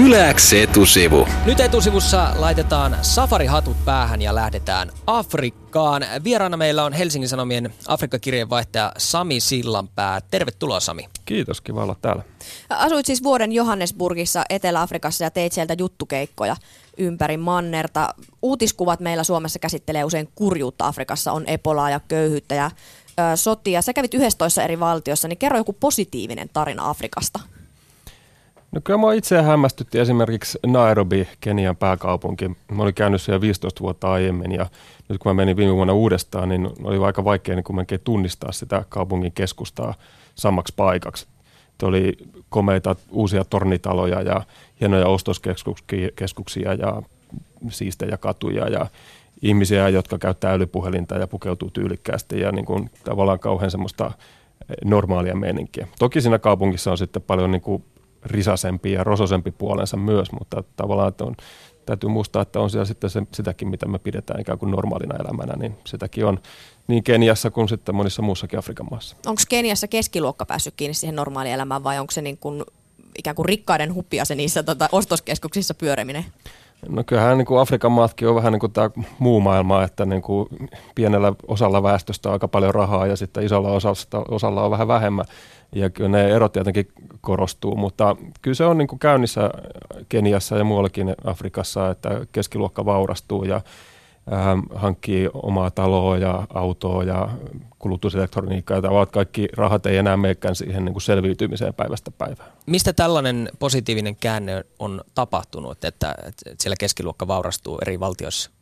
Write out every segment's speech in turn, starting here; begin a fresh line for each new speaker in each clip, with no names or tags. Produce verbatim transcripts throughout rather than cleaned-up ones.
Yle X etusivu.
Nyt etusivussa laitetaan safarihatut päähän ja lähdetään Afrikkaan. Vieraana meillä on Helsingin Sanomien Afrikka-kirjeenvaihtaja Sami Sillanpää. Tervetuloa, Sami.
Kiitos, kiva olla täällä.
Asuit siis vuoden Johannesburgissa Etelä-Afrikassa ja teit sieltä juttukeikkoja ympäri mannerta. Uutiskuvat meillä Suomessa käsittelee usein kurjuutta Afrikassa, on ebolaa ja köyhyyttä ja ö, sotia. Sä kävit yhdestoista eri valtiossa, niin kerro joku positiivinen tarina Afrikasta.
No kyllä minua itseä hämmästytti esimerkiksi Nairobi, Kenian pääkaupunki. Mä olin käynyt siellä viisitoista vuotta aiemmin ja nyt kun mä menin viime vuonna uudestaan, niin oli aika vaikea niin melkein tunnistaa sitä kaupungin keskustaa samaksi paikaksi. Tuo oli komeita uusia tornitaloja ja hienoja ostoskeskuksia ja siistejä katuja ja ihmisiä, jotka käyttää älypuhelinta ja pukeutuu tyylikkäästi ja niin kuin tavallaan kauhean semmoista normaalia meininkiä. Toki siinä kaupungissa on sitten paljon niin kuin risasempi ja rososempi puolensa myös, mutta tavallaan että on, täytyy muistaa, että on siellä sitten se, sitäkin, mitä me pidetään ikään kuin normaalina elämänä, niin sitäkin on niin Keniassa kuin sitten monissa muussakin Afrikan maassa.
Onko Keniassa keskiluokka päässyt kiinni siihen normaalielämään vai onko se niin kuin, ikään kuin rikkaiden huppia se niissä tota, ostoskeskuksissa pyöriminen?
No kyllähän niin kuin Afrikan maatkin on vähän niin kuin tämä muu maailma, että niin kuin pienellä osalla väestöstä on aika paljon rahaa ja sitten isolla osalla, osalla on vähän vähemmän. Ja kyllä ne erot tietenkin korostuu, mutta kyllä se on niin kuin käynnissä Keniassa ja muuallakin Afrikassa, että keskiluokka vaurastuu ja äh, hankkii omaa taloa ja autoa ja kulutuselektroniikkaa. Ja tavallaan kaikki rahat ei enää meekään siihen niin kuin selviytymiseen päivästä päivään.
Mistä tällainen positiivinen käänne on tapahtunut, että, että siellä keskiluokka vaurastuu eri valtioissa?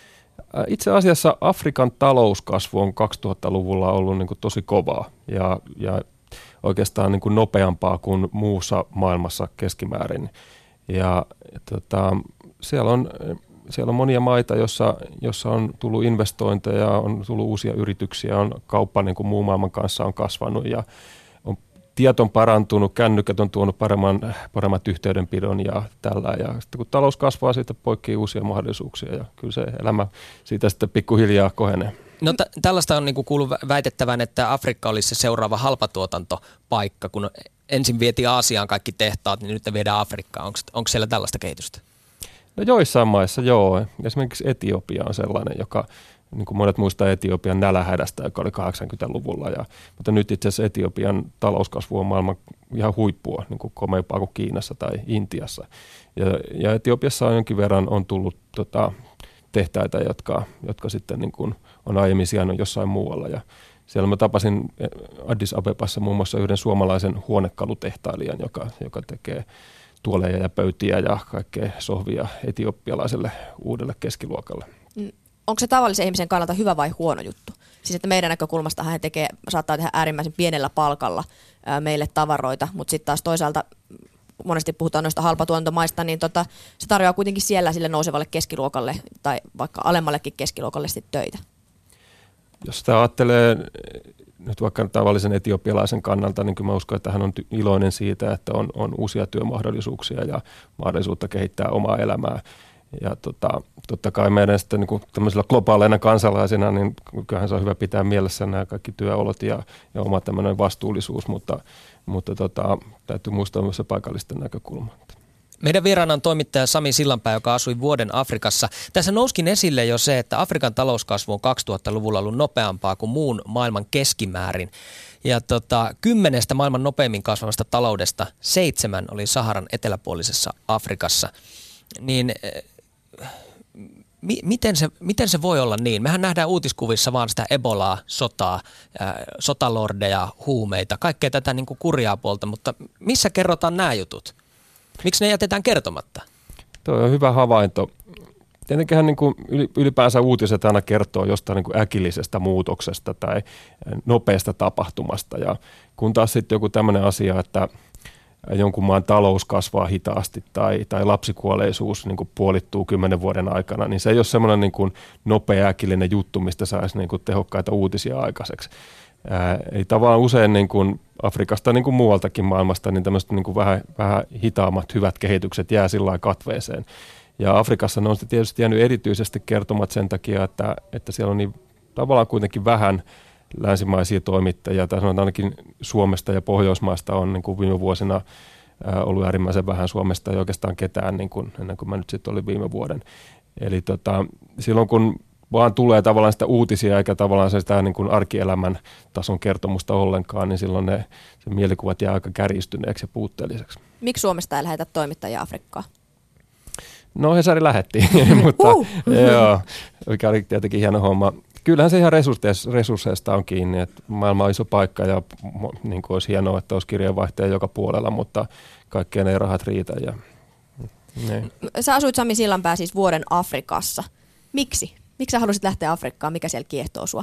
Itse asiassa Afrikan talouskasvu on kaksituhattaluvulla ollut niin kuin tosi kovaa ja, ja oikeastaan niin kuin nopeampaa kuin muussa maailmassa keskimäärin. Ja tota, siellä, on, siellä on monia maita, jossa, jossa on tullut investointeja, on tullut uusia yrityksiä, on kauppa niin kuin muun maailman kanssa on kasvanut ja on, tiet on parantunut, kännykät on tuonut paremman, paremmat yhteydenpidon ja tällä. Ja sitten kun talous kasvaa, siitä poikkii uusia mahdollisuuksia ja kyllä se elämä siitä sitten pikkuhiljaa kohenee.
No t- tällaista on niinku kuullut väitettävän, että Afrikka olisi se seuraava halpatuotantopaikka, kun ensin vietiin Aasiaan kaikki tehtaat, niin nyt ne viedään Afrikkaan. Onko, onko siellä tällaista kehitystä? No
joissain maissa joo. Esimerkiksi Etiopia on sellainen, joka, niin kuin monet muistaa Etiopian nälähädästä, joka oli kahdeksankymmentäluvulla. Ja, mutta nyt itse asiassa Etiopian talouskasvu on maailman ihan huippua, niin kuin komeampaa kuin Kiinassa tai Intiassa. Ja, ja Etiopiassa on jonkin verran on tullut tota, tehtäitä, jotka, jotka sitten niin kuin on aiemmin sijainnut jossain muualla. Ja siellä mä tapasin Addis Abebassa muun muassa yhden suomalaisen huonekalutehtailijan, joka, joka tekee tuoleja ja pöytiä ja kaikkea sohvia etiopialaiselle uudelle keskiluokalle.
Onko se tavallisen ihmisen kannalta hyvä vai huono juttu? Siis että meidän näkökulmasta hän tekee, saattaa tehdä äärimmäisen pienellä palkalla ää, meille tavaroita, mutta sitten taas toisaalta monesti puhutaan noista halpatuotantomaista, niin tota, se tarjoaa kuitenkin siellä sille nousevalle keskiluokalle tai vaikka alemmallekin keskiluokalle sitten töitä.
Jos sitä ajattelee nyt vaikka tavallisen etiopialaisen kannalta, niin kyllä mä uskon, että hän on iloinen siitä, että on, on uusia työmahdollisuuksia ja mahdollisuutta kehittää omaa elämää. Ja tota, totta kai meidän sitten niin kuin tämmöisillä globaaleina kansalaisina, niin kyllähän se on hyvä pitää mielessä nämä kaikki työolot ja, ja oma tämmöinen vastuullisuus, mutta, mutta tota, täytyy muistaa myös se paikallisten näkökulma.
Meidän vieraana on toimittaja Sami Sillanpää, joka asui vuoden Afrikassa. Tässä nouskin esille jo se, että Afrikan talouskasvu on kaksituhattaluvulla ollut nopeampaa kuin muun maailman keskimäärin. Ja tota, kymmenestä maailman nopeimmin kasvavasta taloudesta seitsemän oli Saharan eteläpuolisessa Afrikassa. Niin mi- miten, se, miten se voi olla niin? Mehän nähdään uutiskuvissa vaan sitä ebolaa, sotaa, ää, sotalordeja, huumeita, kaikkea tätä niin kuin kurjaa puolta, mutta missä kerrotaan nämä jutut? Miksi ne jätetään kertomatta?
Tuo on hyvä havainto. Tietenkinhän niin kuin ylipäänsä uutiset aina kertoo jostain niin kuin äkillisestä muutoksesta tai nopeasta tapahtumasta. Ja kun taas sitten joku tämmöinen asia, että jonkun maan talous kasvaa hitaasti tai, tai lapsikuolleisuus niin kuin puolittuu kymmenen vuoden aikana, niin se ei ole semmoinen niin kuin nopea äkillinen juttu, mistä saisi niin kuin tehokkaita uutisia aikaiseksi. Ää, eli tavallaan usein niin kuin Afrikasta niin kuin muualtakin maailmasta niin tämmöiset niin kuin vähän, vähän hitaammat hyvät kehitykset jää sillä lailla katveeseen. Ja Afrikassa ne on tietysti jäänyt erityisesti kertomat sen takia, että, että siellä on niin tavallaan kuitenkin vähän länsimaisia toimittajia, tai sanotaan ainakin Suomesta ja Pohjoismaista on niin kuin viime vuosina ää, ollut äärimmäisen vähän Suomesta, ei oikeastaan ketään niin kuin, ennen kuin mä nyt sitten olin viime vuoden. Eli tota, silloin kun vaan tulee tavallaan sitä uutisia eikä tavallaan sitä niin kuin arkielämän tason kertomusta ollenkaan, niin silloin ne se mielikuvat jää aika kärjistyneeksi ja puutteelliseksi.
Miksi Suomesta ei lähetä toimittajia Afrikkaan?
No Hesari lähetti, mutta uh. joo, mikä oli tietenkin hieno homma. Kyllähän se ihan resursseista on kiinni, että maailma on iso paikka ja niin kuin olisi hienoa, että olisi kirjeenvaihtaja joka puolella, mutta kaikkeen ei rahat riitä. Ja, niin.
Sä asuit Sami Sillanpää siis vuoden Afrikassa. Miksi? Miksi sä halusit lähteä Afrikkaan? Mikä siellä kiehtoo sua?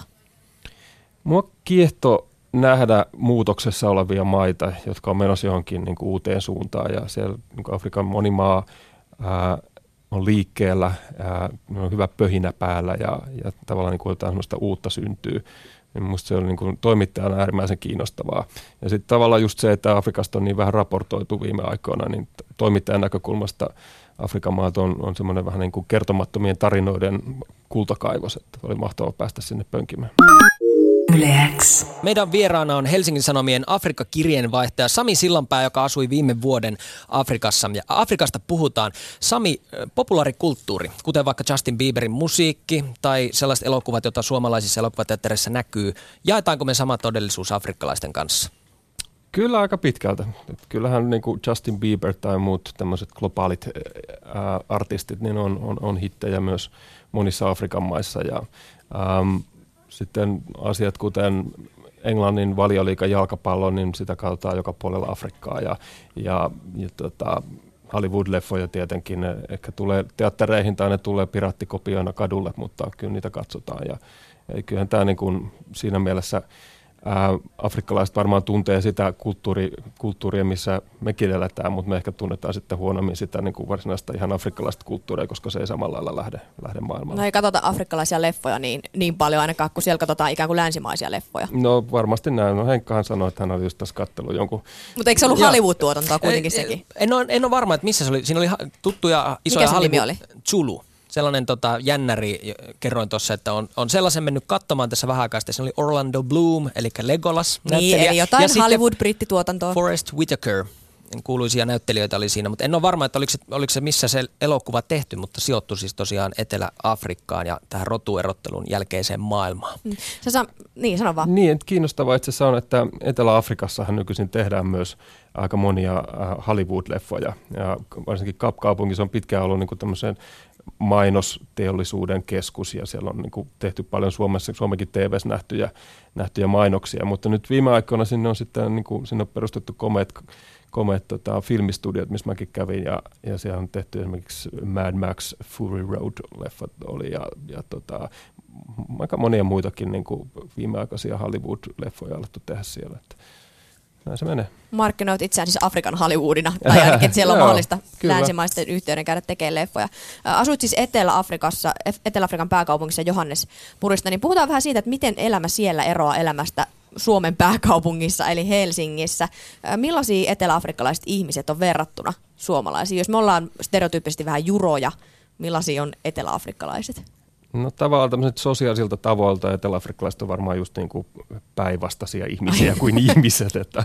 Mua kiehtoo nähdä muutoksessa olevia maita, jotka on menossa johonkin niin kuin uuteen suuntaan. Ja siellä niin kuin Afrikan moni maa ää, on liikkeellä, ää, on hyvä pöhinä päällä ja, ja tavallaan niin kuin jotain sellaista uutta syntyy. Minusta se on niin kuin toimittajana äärimmäisen kiinnostavaa. Ja sitten tavallaan just se, että Afrikasta on niin vähän raportoitu viime aikoina, niin toimittajan näkökulmasta Afrikan maat on, on semmoinen vähän niin kuin kertomattomien tarinoiden kultakaivos, että oli mahtavaa päästä sinne pönkimään.
Yleäks. Meidän vieraana on Helsingin Sanomien Afrikka-kirjeenvaihtaja Sami Sillanpää, joka asui viime vuoden Afrikassa. Ja Afrikasta puhutaan. Sami, populaarikulttuuri, kuten vaikka Justin Bieberin musiikki tai sellaiset elokuvat, joita suomalaisissa elokuvateatterissa näkyy. Jaetaanko me sama todellisuus afrikkalaisten kanssa?
Kyllä aika pitkältä. Kyllähän niin kuin Justin Bieber tai muut tämmöiset globaalit ää, artistit niin on, on, on hittejä myös monissa Afrikan maissa. Ja, äm, sitten asiat kuten Englannin valioliigan jalkapallo, niin sitä katsotaan joka puolella Afrikkaa. Ja, ja, ja tota, Hollywood-leffoja tietenkin, ne ehkä tulee teattereihin tai ne tulee piraattikopioina kadulle, mutta kyllä niitä katsotaan. Ja, ja kyllähän tämä niin kuin siinä mielessä Ää, afrikkalaiset varmaan tuntee sitä kulttuuri, kulttuuria, missä mekin eletään, mutta me ehkä tunnetaan sitten huonommin sitä niin kuin varsinaista ihan afrikkalaista kulttuuria, koska se ei samalla lailla lähde, lähde maailmalle.
No ei katsota afrikkalaisia leffoja niin, niin paljon ainakaan, kun siellä katsotaan ikään kuin länsimaisia leffoja.
No varmasti näin. No Henkkahan sanoi, että hän oli just tässä katsellut jonkun.
Mutta eikö se ollut Hollywood-tuotantoa kuitenkin
ei,
sekin?
En ole, en ole varma, että missä se oli. Siinä oli tuttuja isoja Hollywood. Zulu. Sellainen tota, jännäri, kerroin tuossa, että on, on sellaisen mennyt katsomaan tässä vähän aikaa sitten. Se oli Orlando Bloom, eli Legolas näyttelijä.
Niin, eli jotain Hollywood-brittituotantoa.
Forest Whitaker, kuuluisia näyttelijöitä oli siinä, mutta en ole varma, että oliko se, oliko se missä se elokuva tehty, mutta sijoittui siis tosiaan Etelä-Afrikkaan ja tähän rotuerottelun jälkeiseen maailmaan.
Mm. Sä saa, niin, sano vaan.
Niin, kiinnostavaa itse asiassa on, että Etelä-Afrikassahan nykyisin tehdään myös aika monia Hollywood-leffoja. Ja varsinkin Kap-kaupungissa on pitkään ollut niin kuin tämmöisen mainosteollisuuden keskus ja siellä on niin kuin tehty paljon Suomessa, Suomenkin T V:ssä nähtyjä, nähtyjä mainoksia, mutta nyt viime aikoina sinne on sitten niin kuin, sinne on perustettu komeet, komeet tota, filmistudiot, missä mäkin kävin ja, ja siellä on tehty esimerkiksi Mad Max Fury Road-leffat oli ja, ja tota, aika monia muitakin niin kuin viimeaikaisia Hollywood-leffoja alettu tehdä siellä. Että näin se menee.
Markkinoit itseään siis Afrikan Hollywoodina, tai ainakin, että siellä on mahdollista länsimaisten yhteyden käydä tekemään leffoja. Asuit siis Etelä-Afrikassa, Etelä-Afrikan pääkaupungissa Johannesburgissa, niin puhutaan vähän siitä, että miten elämä siellä eroaa elämästä Suomen pääkaupungissa, eli Helsingissä. Millaisia eteläafrikkalaiset ihmiset on verrattuna suomalaisiin? Jos me ollaan stereotyyppisesti vähän juroja, millaisia on eteläafrikkalaiset?
No tavallaan tämmöiset sosiaalisilta tavoilta eteläafrikkalaiset on varmaan just niin kuin päinvastaisia ihmisiä kuin ihmiset, että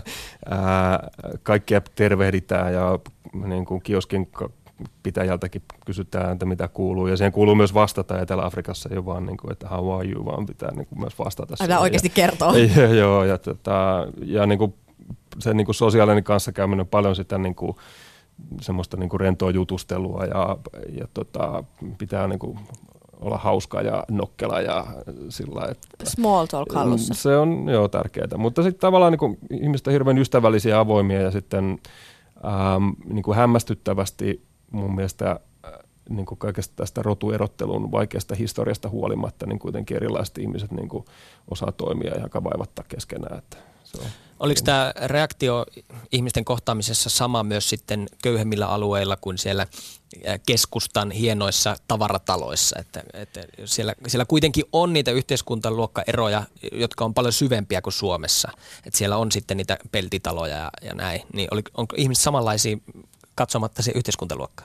ää, kaikkia tervehditään ja niin kuin kioskin pitäjältäkin kysytään, että mitä kuuluu ja siihen kuuluu myös vastata Etelä-Afrikassa, ei vaan niin kuin, että how are you, vaan pitää niin kuin myös vastata.
Aina oikeasti kertoo.
Ja, joo, ja, tota, ja niin kuin, se niin kuin sosiaalinen kanssakäyminen on paljon sitä niin kuin, semmoista niin kuin rentoa jutustelua ja, ja tota, pitää niin kuin olla hauska ja nokkela ja sillä että
small talk hallussa.
Se on joo tärkeää, mutta sitten tavallaan niin kuin, ihmiset on hirveän ystävällisiä ja avoimia ja sitten ähm, niin kuin hämmästyttävästi mun mielestä äh, niin kuin kaikesta tästä rotuerottelun vaikeasta historiasta huolimatta, niin kuitenkin erilaiset ihmiset niin kuin osaa toimia ja vaivattaa keskenään. Että se on.
Oliko tämä reaktio ihmisten kohtaamisessa sama myös sitten köyhemmillä alueilla kuin siellä keskustan hienoissa tavarataloissa? Että, että siellä, siellä kuitenkin on niitä yhteiskuntaluokkaeroja, jotka on paljon syvempiä kuin Suomessa. Että siellä on sitten niitä peltitaloja ja, ja näin. Niin oli, onko ihmiset samanlaisia katsomatta siihen yhteiskuntaluokkaan?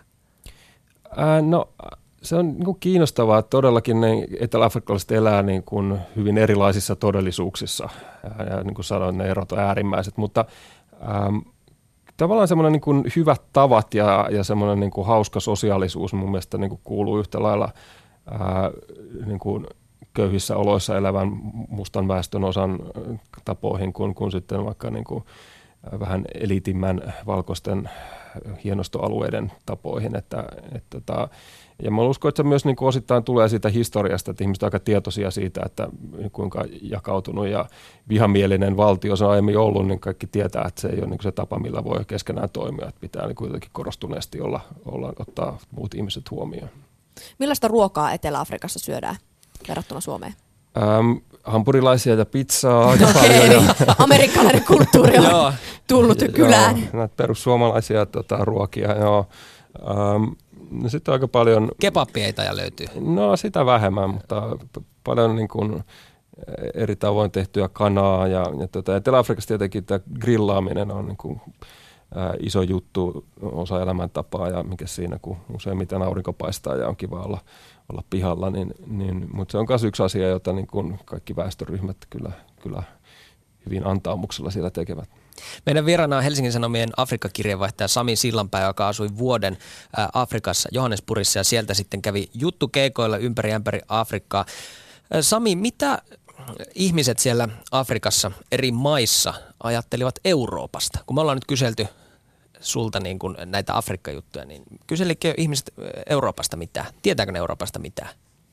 Ää, no se on niin kuin kiinnostavaa, että todellakin ne etelä-afrikkalaiset elää niin kuin hyvin erilaisissa todellisuuksissa. Ja, ja niin kuin sanoin, ne erot on äärimmäiset, mutta ähm, tavallaan semmoinen niin kuin hyvät tavat ja, ja semmoinen niin kuin hauska sosiaalisuus mun mielestä niin kuin kuuluu yhtä lailla ää, niin kuin köyhissä oloissa elävän mustan väestön osan tapoihin kuin, kuin sitten vaikka niin kuin vähän elitimmän valkoisten hienostoalueiden tapoihin. Että, että, että, ja mä uskon, että se myös niin kuin osittain tulee siitä historiasta, että ihmiset ovat aika tietoisia siitä, että kuinka jakautunut ja vihamielinen valtio se on aiemmin ollut, niin kaikki tietää, että se ei ole niin kuin se tapa, millä voi keskenään toimia. Että pitää niin kuitenkin korostuneesti olla, olla, ottaa muut ihmiset huomioon.
Millaista ruokaa Etelä-Afrikassa syödään verrattuna Suomeen?
Ähm, hampurilaisia ja pizzaa aika
okay,
paljon.
Eli amerikkalainen kulttuuri on tullut kylään.
Joo, näitä perussuomalaisia tota, ruokia, joo. Ähm, no sitten aika paljon...
Kebabieita ja löytyy.
No sitä vähemmän, mutta paljon niin kuin eri tavoin tehtyä kanaa. Ja, ja tota, Etelä-Afrikassa tietenkin tämä grillaaminen on niin kuin, ää, iso juttu, osa elämäntapaa ja mikä siinä, kun useimmiten aurinko paistaa ja on kiva olla, olla pihalla. Niin, niin, mutta se on myös yksi asia, jota niin kuin kaikki väestöryhmät kyllä, kyllä hyvin antaumuksella siellä tekevät.
Meidän vieraana on Helsingin Sanomien Afrikka-kirjeenvaihtaja Sami Sillanpää, joka asui vuoden Afrikassa, Johannesburgissa, ja sieltä sitten kävi juttukeikoilla ympäri ämpäri Afrikkaa. Sami, mitä ihmiset siellä Afrikassa eri maissa ajattelivat Euroopasta? Kun me ollaan nyt kyselty sulta niin kuin näitä Afrikka-juttuja, niin kyselikö ihmiset Euroopasta mitään? Tietääkö ne Euroopasta mitään?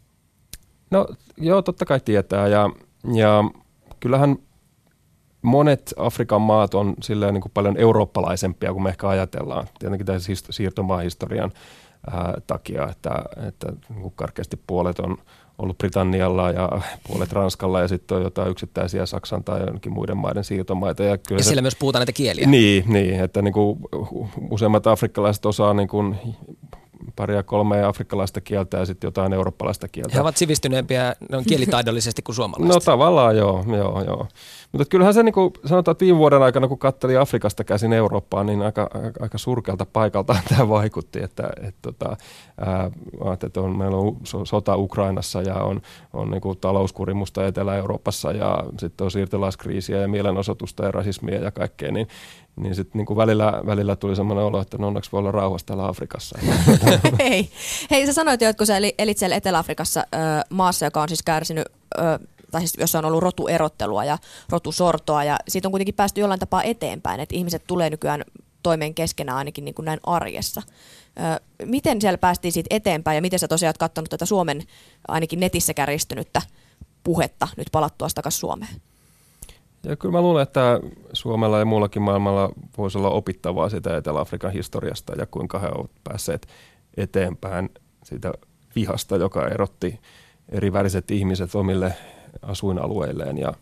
No joo, totta kai tietää, ja, ja kyllähän monet Afrikan maat on silleen niin kuin paljon eurooppalaisempia kuin me ehkä ajatellaan. Tietenkin tämän siirtomaahistorian ää, takia, että, että niin kuin karkeasti puolet on ollut Britannialla ja puolet Ranskalla ja sitten on jotain yksittäisiä Saksan tai jonkin muiden maiden siirtomaita. Ja, kyllä
ja
se,
siellä myös puhutaan näitä kieliä.
Niin, niin että niin kuin useimmat afrikkalaiset osaa niin kuin paria kolmea afrikkalaista kieltä ja sitten jotain eurooppalaista kieltä.
He ovat sivistyneempiä ne on kielitaidollisesti kuin suomalaiset.
No tavallaan joo, joo, joo. Mutta kyllähän se niin kuin sanotaan, että viime vuoden aikana, kun katseli Afrikasta käsin Eurooppaan, niin aika, aika, aika surkealta paikalta tämä vaikutti. Että, et, tota, ää, että on, meillä on sota Ukrainassa ja on, on niin kuin talouskurimusta Etelä-Euroopassa ja sitten on siirtolaiskriisiä ja mielenosoitusta ja rasismia ja kaikkea, niin niin sitten niinku välillä, välillä tuli semmoinen olo, että no onneksi voi olla rauhassa täällä Afrikassa.
Hei. Hei, sä sanoit jo, että kun sä elit siellä Etelä-Afrikassa ö, maassa, joka on siis kärsinyt, ö, tai siis jossa on ollut rotuerottelua ja rotusortoa, ja siitä on kuitenkin päästy jollain tapaa eteenpäin, että ihmiset tulee nykyään toimeen keskenään ainakin niin kuin näin arjessa. Ö, miten siellä päästiin siitä eteenpäin, ja miten sä tosiaan oot katsonut tätä Suomen ainakin netissä kärjistynyttä puhetta nyt palattua takaisin Suomeen?
Ja kyllä mä luulen, että Suomella ja muullakin maailmalla voisi olla opittavaa sitä Etelä-Afrikan historiasta ja kuinka he ovat päässeet eteenpäin siitä vihasta, joka erotti eri väriset ihmiset omille asuinalueilleen. Ja,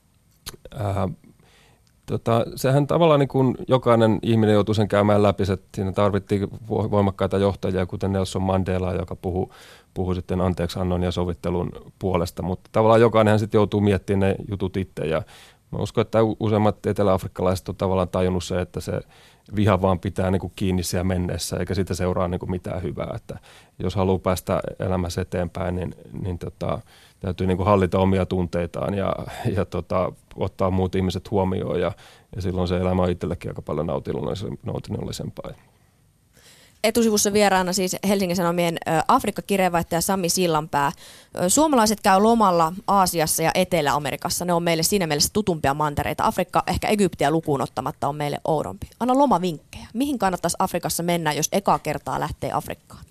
ää, tota, sehän tavallaan niin kuin jokainen ihminen joutui sen käymään läpi, että siinä tarvittiin voimakkaita johtajia, kuten Nelson Mandela, joka puhui puhui sitten anteeksiannon ja sovittelun puolesta, mutta tavallaan jokainenhan sitten joutuu miettimään ne jutut itse ja mä uskon, että useimmat eteläafrikkalaiset on tavallaan tajunnut se, että se viha vaan pitää niin kuin kiinni siellä menneessä, eikä sitä seuraa niin kuin mitään hyvää. Että jos haluaa päästä elämässä eteenpäin, niin, niin tota, täytyy niin kuin hallita omia tunteitaan ja, ja tota, ottaa muut ihmiset huomioon. Ja, ja silloin se elämä on itsellekin aika paljon nautinnollisempaa.
Etusivussa vieraana siis Helsingin Sanomien Afrikka-kirjeenvaihtaja Sami Sillanpää. Suomalaiset käy lomalla Aasiassa ja Etelä-Amerikassa. Ne on meille siinä mielessä tutumpia mantereita. Afrikka, ehkä Egyptiä lukuun ottamatta, on meille oudompi. Anna lomavinkkejä. Mihin kannattaisi Afrikassa mennä, jos ekaa kertaa lähtee Afrikkaan?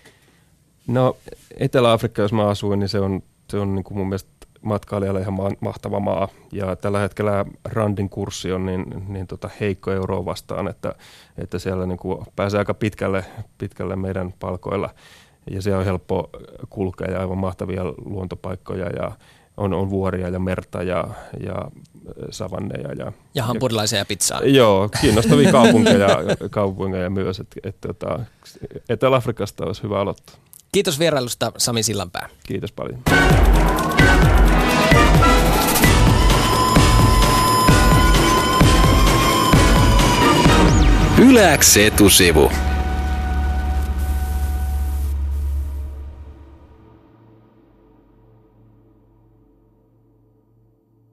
No Etelä-Afrikka, jos mä asuin, niin se on, se on niin kuin mun mielestä matkailijalle ihan mahtava maa. Ja tällä hetkellä Randin kurssi on niin, niin tota heikko euroa vastaan, että, että siellä niin kuin pääsee aika pitkälle, pitkälle meidän palkoilla. Ja siellä on helppo kulkea ja aivan mahtavia luontopaikkoja ja on, on vuoria ja merta ja, ja savanneja. Ja,
ja hampurilaisia ja pizzaa.
Joo, kiinnostavia kaupunkeja, kaupunkeja myös. Et, et, tota, Etelä-Afrikasta olisi hyvä aloittaa.
Kiitos vierailusta, Sami Sillanpää.
Kiitos paljon.
Yle X etusivu.